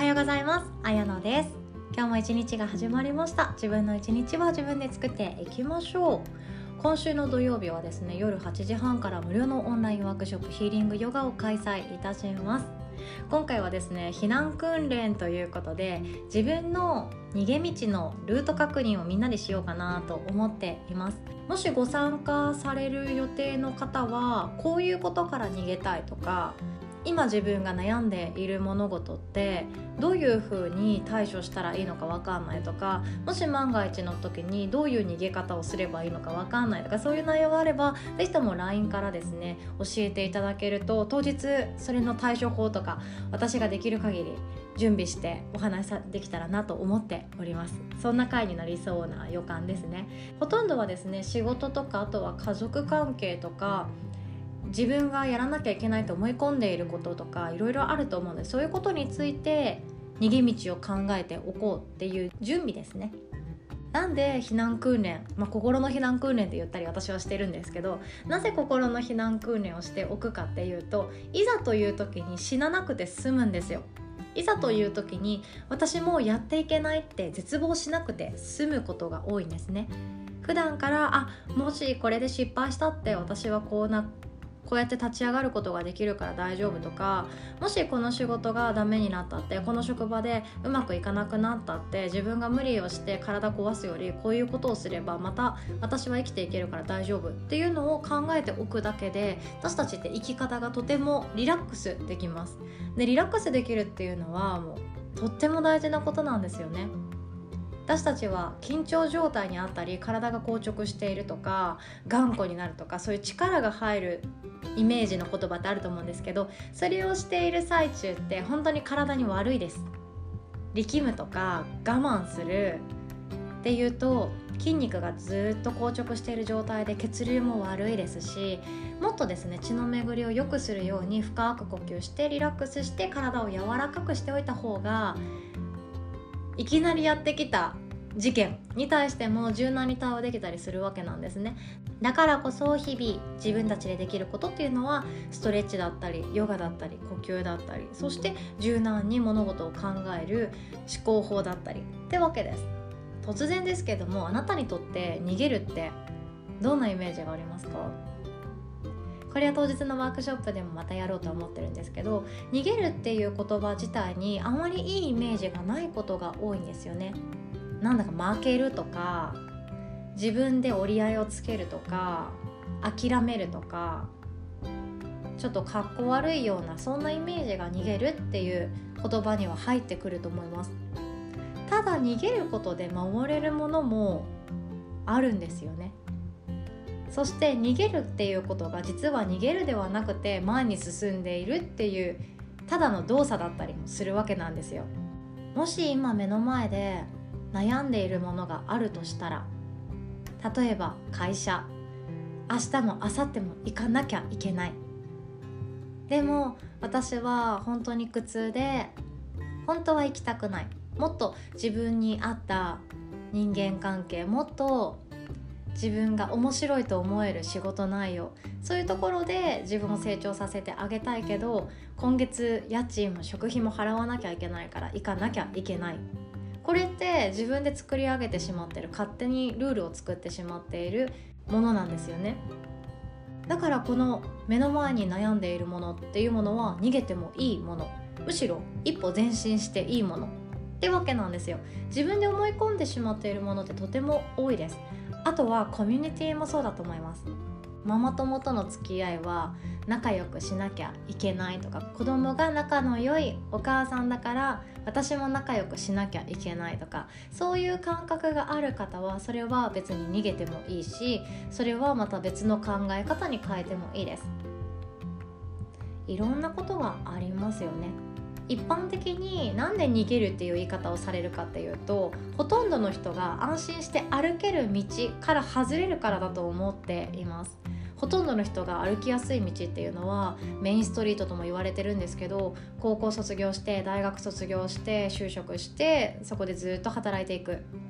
ようございます。あやのです。今日も一日が始まりました。自分の一日は自分で作っていきましょう。今週の土曜日はですね、夜8時半から無料のオンラインワークショップヒーリングヨガを開催いたします。今回はですね、避難訓練ということで、自分の逃げ道のルート確認をみんなでしようかなと思っています。もしご参加される予定の方は、こういうことから逃げたいとか、今自分が悩んでいる物事ってどういう風に対処したらいいのか分かんないとか、もし万が一の時にどういう逃げ方をすればいいのか分かんないとか、そういう内容があればぜひとも LINE からですね教えていただけると、当日それの対処法とか私ができる限り準備してお話できたらなと思っております。そんな回になりそうな予感ですね。ほとんどはですね、仕事とかあとは家族関係とか自分がやらなきゃいけないと思い込んでいることとかいろいろあると思うので、そういうことについて逃げ道を考えておこうっていう準備ですね。なんで避難訓練、心の避難訓練って言ったり私はしてるんですけど、なぜ心の避難訓練をしておくかっていうと、いざという時に死ななくて済むんですよ。いざという時に私もうやっていけないって絶望しなくて済むことが多いんですね。普段からもしこれで失敗したって私はこうやって立ち上がることができるから大丈夫とか、もしこの仕事がダメになったって、この職場でうまくいかなくなったって、自分が無理をして体壊すよりこういうことをすればまた私は生きていけるから大丈夫っていうのを考えておくだけで、私たちって生き方がとてもリラックスできます。でリラックスできるっていうのはもうとっても大事なことなんですよね。私たちは緊張状態にあったり、体が硬直しているとか頑固になるとか、そういう力が入るイメージの言葉ってあると思うんですけど、それをしている最中って本当に体に悪いです。力むとか我慢するっていうと、筋肉がずっと硬直している状態で血流も悪いですし、もっとですね血の巡りを良くするように深く呼吸してリラックスして体を柔らかくしておいた方が、いきなりやってきた事件に対しても柔軟に対応できたりするわけなんですね。だからこそ日々自分たちでできることっていうのは、ストレッチだったりヨガだったり呼吸だったり、そして柔軟に物事を考える思考法だったりってわけです。突然ですけども、あなたにとって逃げるってどんなイメージがありますか？これは当日のワークショップでもまたやろうと思ってるんですけど、逃げるっていう言葉自体にあまりいいイメージがないことが多いんですよね。なんだか負けるとか、自分で折り合いをつけるとか、諦めるとか、ちょっとかっこ悪いようなそんなイメージが逃げるっていう言葉には入ってくると思います。ただ逃げることで守れるものもあるんですよね。そして逃げるっていうことが実は逃げるではなくて前に進んでいるっていうただの動作だったりもするわけなんですよ。もし今目の前で悩んでいるものがあるとしたら、例えば会社、明日も明後日も行かなきゃいけない。でも私は本当に苦痛で本当は行きたくない。もっと自分に合った人間関係、もっと自分が面白いと思える仕事内容、そういうところで自分を成長させてあげたいけど、今月家賃も食費も払わなきゃいけないから行かなきゃいけない。これって自分で作り上げてしまっている、勝手にルールを作ってしまっているものなんですよね。だからこの目の前に悩んでいるものっていうものは逃げてもいいもの、むしろ一歩前進していいものってわけなんですよ。自分で思い込んでしまっているものってとても多いです。あとはコミュニティもそうだと思います。ママ友との付き合いは仲良くしなきゃいけないとか、子供が仲の良いお母さんだから私も仲良くしなきゃいけないとか、そういう感覚がある方はそれは別に逃げてもいいし、それはまた別の考え方に変えてもいいです。いろんなことがありますよね。一般的になんで逃げるっていう言い方をされるかっていうと、ほとんどの人が安心して歩ける道から外れるからだと思っています。ほとんどの人が歩きやすい道っていうのはメインストリートとも言われてるんですけど、高校卒業して大学卒業して就職してそこでずっと働いていく、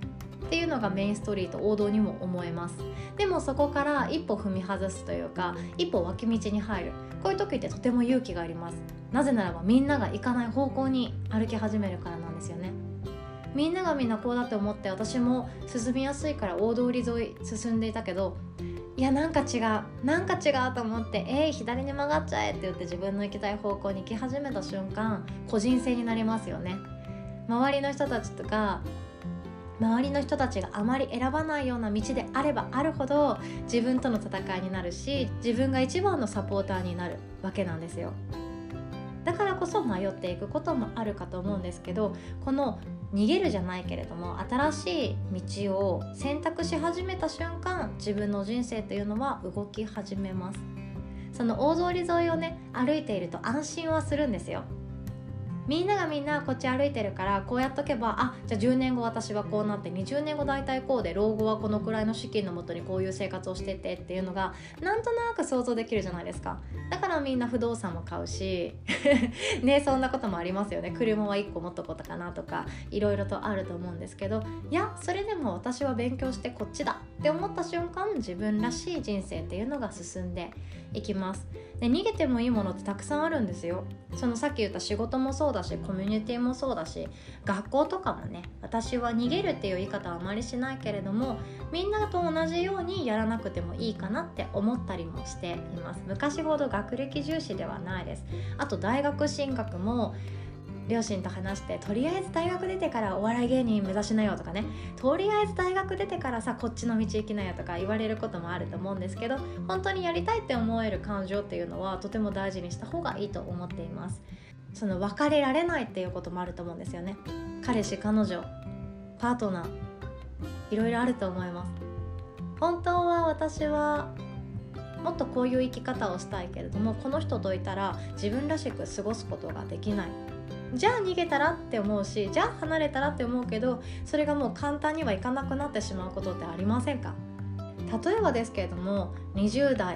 っていうのがメインストリート、王道にも思えます。でもそこから一歩踏み外すというか、一歩脇道に入る、こういう時ってとても勇気があります。なぜならばみんなが行かない方向に歩き始めるからなんですよね。みんながみんなこうだと思って、私も進みやすいから大通り沿い進んでいたけど、いやなんか違うと思って、左に曲がっちゃえって言って自分の行きたい方向に行き始めた瞬間、個人性になりますよね。周りの人たちがあまり選ばないような道であればあるほど自分との戦いになるし、自分が一番のサポーターになるわけなんですよ。だからこそ迷っていくこともあるかと思うんですけど、この逃げるじゃないけれども新しい道を選択し始めた瞬間、自分の人生というのは動き始めます。その大通り沿いをね歩いていると安心はするんですよ。みんながみんなこっち歩いてるから、こうやっとけば、じゃあ10年後私はこうなって、20年後大体こうで、老後はこのくらいの資金のもとにこういう生活をしててっていうのがなんとなく想像できるじゃないですか。だからみんな不動産も買うしね、そんなこともありますよね。車は1個持っとこうかなとか、いろいろとあると思うんですけど、いやそれでも私は勉強してこっちだって思った瞬間、自分らしい人生っていうのが進んでいきます。で、逃げてもいいものってたくさんあるんですよ。そのさっき言った仕事もそうだし、コミュニティもそうだし、学校とかもね、私は逃げるっていう言い方はあまりしないけれども、みんなと同じようにやらなくてもいいかなって思ったりもしています。昔ほど学歴重視ではないです。あと大学進学も両親と話して、とりあえず大学出てからお笑い芸人目指しなよとかね、とりあえず大学出てからさこっちの道行きなよとか言われることもあると思うんですけど、本当にやりたいって思える感情っていうのはとても大事にした方がいいと思っています。その別れられないっていうこともあると思うんですよね。彼氏、彼女、パートナー、いろいろあると思います。本当は私はもっとこういう生き方をしたいけれども、この人といたら自分らしく過ごすことができない、じゃあ逃げたらって思うし、じゃあ離れたらって思うけど、それがもう簡単にはいかなくなってしまうことってありませんか？例えばですけれども、20代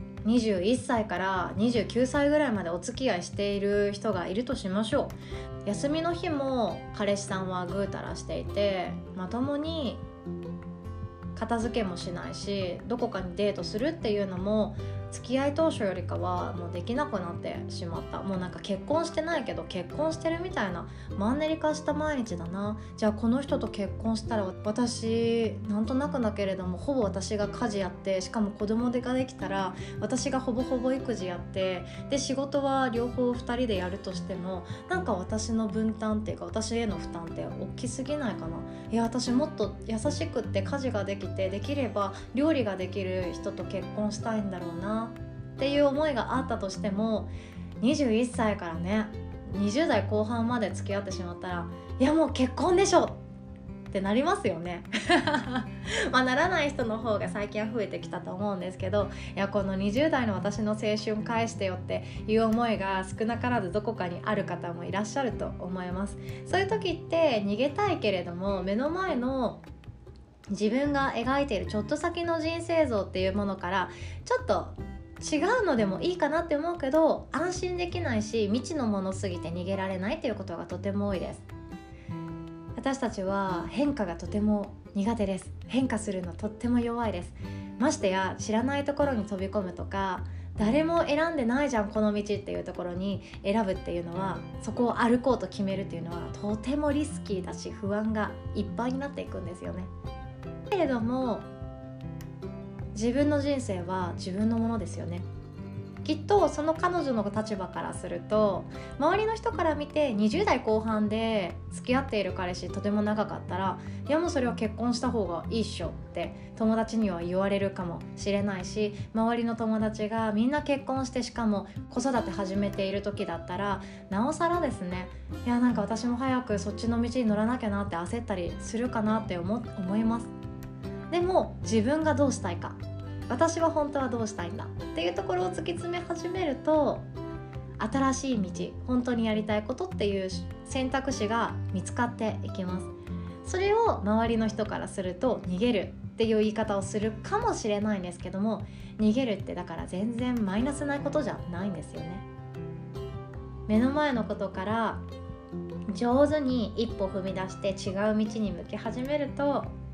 21歳から29歳ぐらいまでお付き合いしている人がいるとしましょう。休みの日も彼氏さんはぐうたらしていて、まともに片付けもしないし、どこかにデートするっていうのも付き合い当初よりかはもうできなくなってしまった。もうなんか結婚してないけど結婚してるみたいなマンネリ化した毎日だな。じゃあこの人と結婚したら、私なんとなくだけれどもほぼ私が家事やって、しかも子供ができたら私がほぼほぼ育児やって、で仕事は両方2人でやるとしても、なんか私の分担っていうか私への負担って大きすぎないかな。いや私もっと優しくって家事ができて、できれば料理ができる人と結婚したいんだろうなっていう思いがあったとしても、21歳からね20代後半まで付き合ってしまったら、いやもう結婚でしょってなりますよねまあならない人の方が最近は増えてきたと思うんですけど、いやこの20代の私の青春返してよっていう思いが少なからずどこかにある方もいらっしゃると思います。そういう時って逃げたいけれども、目の前の自分が描いているちょっと先の人生像っていうものからちょっと違うのでもいいかなって思うけど、安心できないし未知のものすぎて逃げられないっていうことがとても多いです。私たちは変化がとても苦手です。変化するのとっても弱いです。ましてや知らないところに飛び込むとか、誰も選んでないじゃんこの道っていうところに選ぶっていうのは、そこを歩こうと決めるっていうのはとてもリスキーだし、不安がいっぱいになっていくんですよね。けれども自分の人生は自分のものですよね。きっとその彼女の立場からすると、周りの人から見て20代後半で付き合っている彼氏とても長かったら、いやもうそれは結婚した方がいいっしょって友達には言われるかもしれないし、周りの友達がみんな結婚してしかも子育て始めている時だったらなおさらですね、いやなんか私も早くそっちの道に乗らなきゃなって焦ったりするかなって思います。でも自分がどうしたいか、私は本当はどうしたいんだっていうところを突き詰め始めると、新しい道、本当にやりたいことっていう選択肢が見つかっていきます。それを周りの人からすると逃げるっていう言い方をするかもしれないんですけども、逃げるってだから全然マイナスなことじゃないんですよね。目の前のことから上手に一歩踏み出して違う道に向き始めると、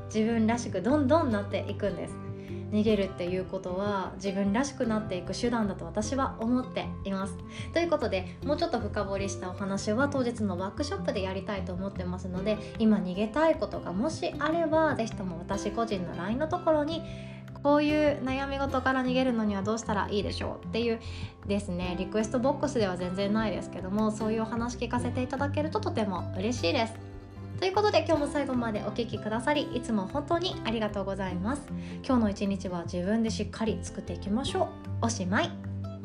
自分らしくどんどんなっていくんです。逃げるっていうことは自分らしくなっていく手段だと私は思っています。ということで、もうちょっと深掘りしたお話は当日のワークショップでやりたいと思ってますので、今逃げたいことがもしあれば、ぜひとも私個人の LINE のところにこういう悩み事から逃げるのにはどうしたらいいでしょうっていうですね、リクエストボックスでは全然ないですけども、そういうお話聞かせていただけるととても嬉しいです。ということで、今日も最後までお聞きくださりいつも本当にありがとうございます。今日の一日は自分でしっかり作っていきましょう。おしまい。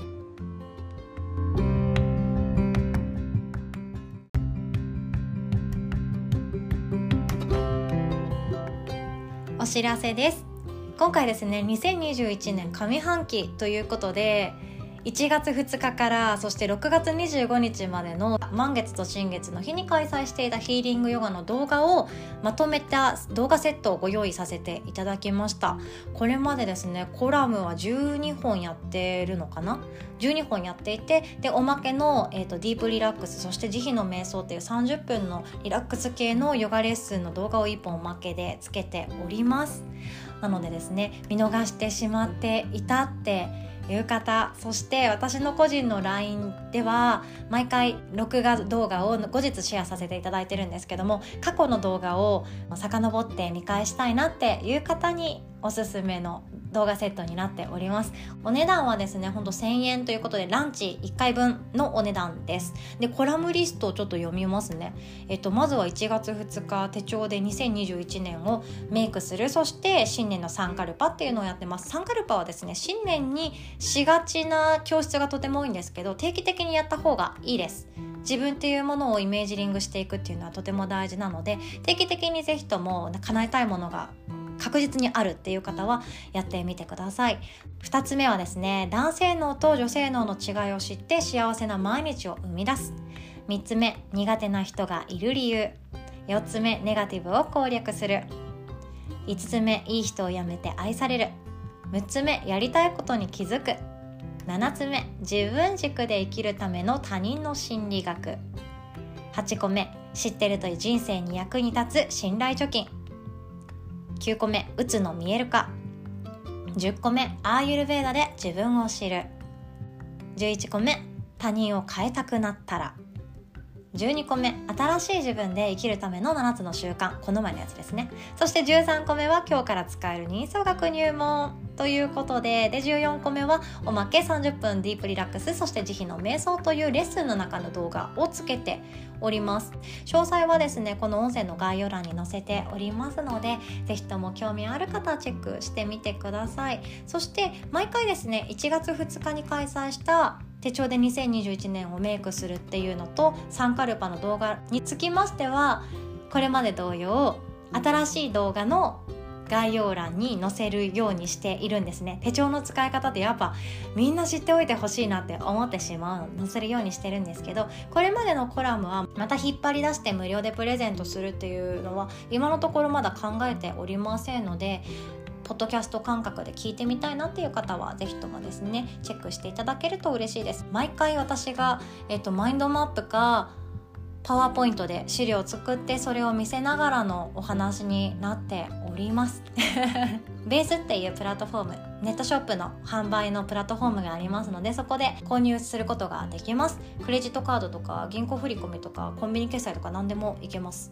お知らせです。今回ですね、2021年上半期ということで、1月2日からそして6月25日までの満月と新月の日に開催していたヒーリングヨガの動画をまとめた動画セットをご用意させていただきました。これまでですね、コラムは12本やってるのかな、12本やっていて、でおまけの、ディープリラックス、そして慈悲の瞑想っていう30分のリラックス系のヨガレッスンの動画を1本おまけでつけております。なのでですね、見逃してしまっていたっていう方、そして私の個人の LINE では毎回録画動画を後日シェアさせていただいてるんですけども、過去の動画を遡って見返したいなっていう方におすすめの動画セットになっております。お値段はですね、ほんと1000円ということで、ランチ1回分のお値段です。で、コラムリストをちょっと読みますね。まずは1月2日、手帳で2021年をメイクする、そして新年のサンカルパっていうのをやってます。サンカルパはですね、新年にしがちな教室がとても多いんですけど、定期的にやった方がいいです。自分っていうものをイメージリングしていくっていうのはとても大事なので、定期的にぜひとも叶えたいものが確実にあるっていう方はやってみてください。2つ目はですね、男性脳と女性脳の違いを知って幸せな毎日を生み出す。3つ目、苦手な人がいる理由。4つ目、ネガティブを攻略する。5つ目、いい人をやめて愛される。6つ目、やりたいことに気づく。7つ目、自分軸で生きるための他人の心理学。8個目、知ってると人生に役に立つ信頼貯金。9個目、うつの見える化。10個目、アーユルヴェーダで自分を知る。11個目、他人を変えたくなったら。12個目、新しい自分で生きるための7つの習慣、この前のやつですね。そして13個目は今日から使える人相学入門ということで、14個目はおまけ30分ディープリラックス、そして慈悲の瞑想というレッスンの中の動画をつけております。詳細はですね、この音声の概要欄に載せておりますので、ぜひとも興味ある方はチェックしてみてください。そして毎回ですね、1月2日に開催した手帳で2021年をメイクするっていうのとサンカルパの動画につきましては、これまで同様新しい動画の概要欄に載せるようにしているんですね。手帳の使い方ってやっぱみんな知っておいてほしいなって思ってしまう、載せるようにしてるんですけど、これまでのコラムはまた引っ張り出して無料でプレゼントするっていうのは今のところまだ考えておりませんので、ポッドキャスト感覚で聞いてみたいなっていう方はぜひともですね、チェックしていただけると嬉しいです。毎回私が、マインドマップかパワーポイントで資料を作ってそれを見せながらのお話になっておりますベースっていうプラットフォーム、ネットショップの販売のプラットフォームがありますので、そこで購入することができます。クレジットカードとか銀行振込とかコンビニ決済とか何でもいけます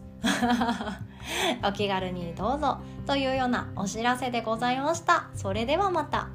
お気軽にどうぞというようなお知らせでございました。それではまた。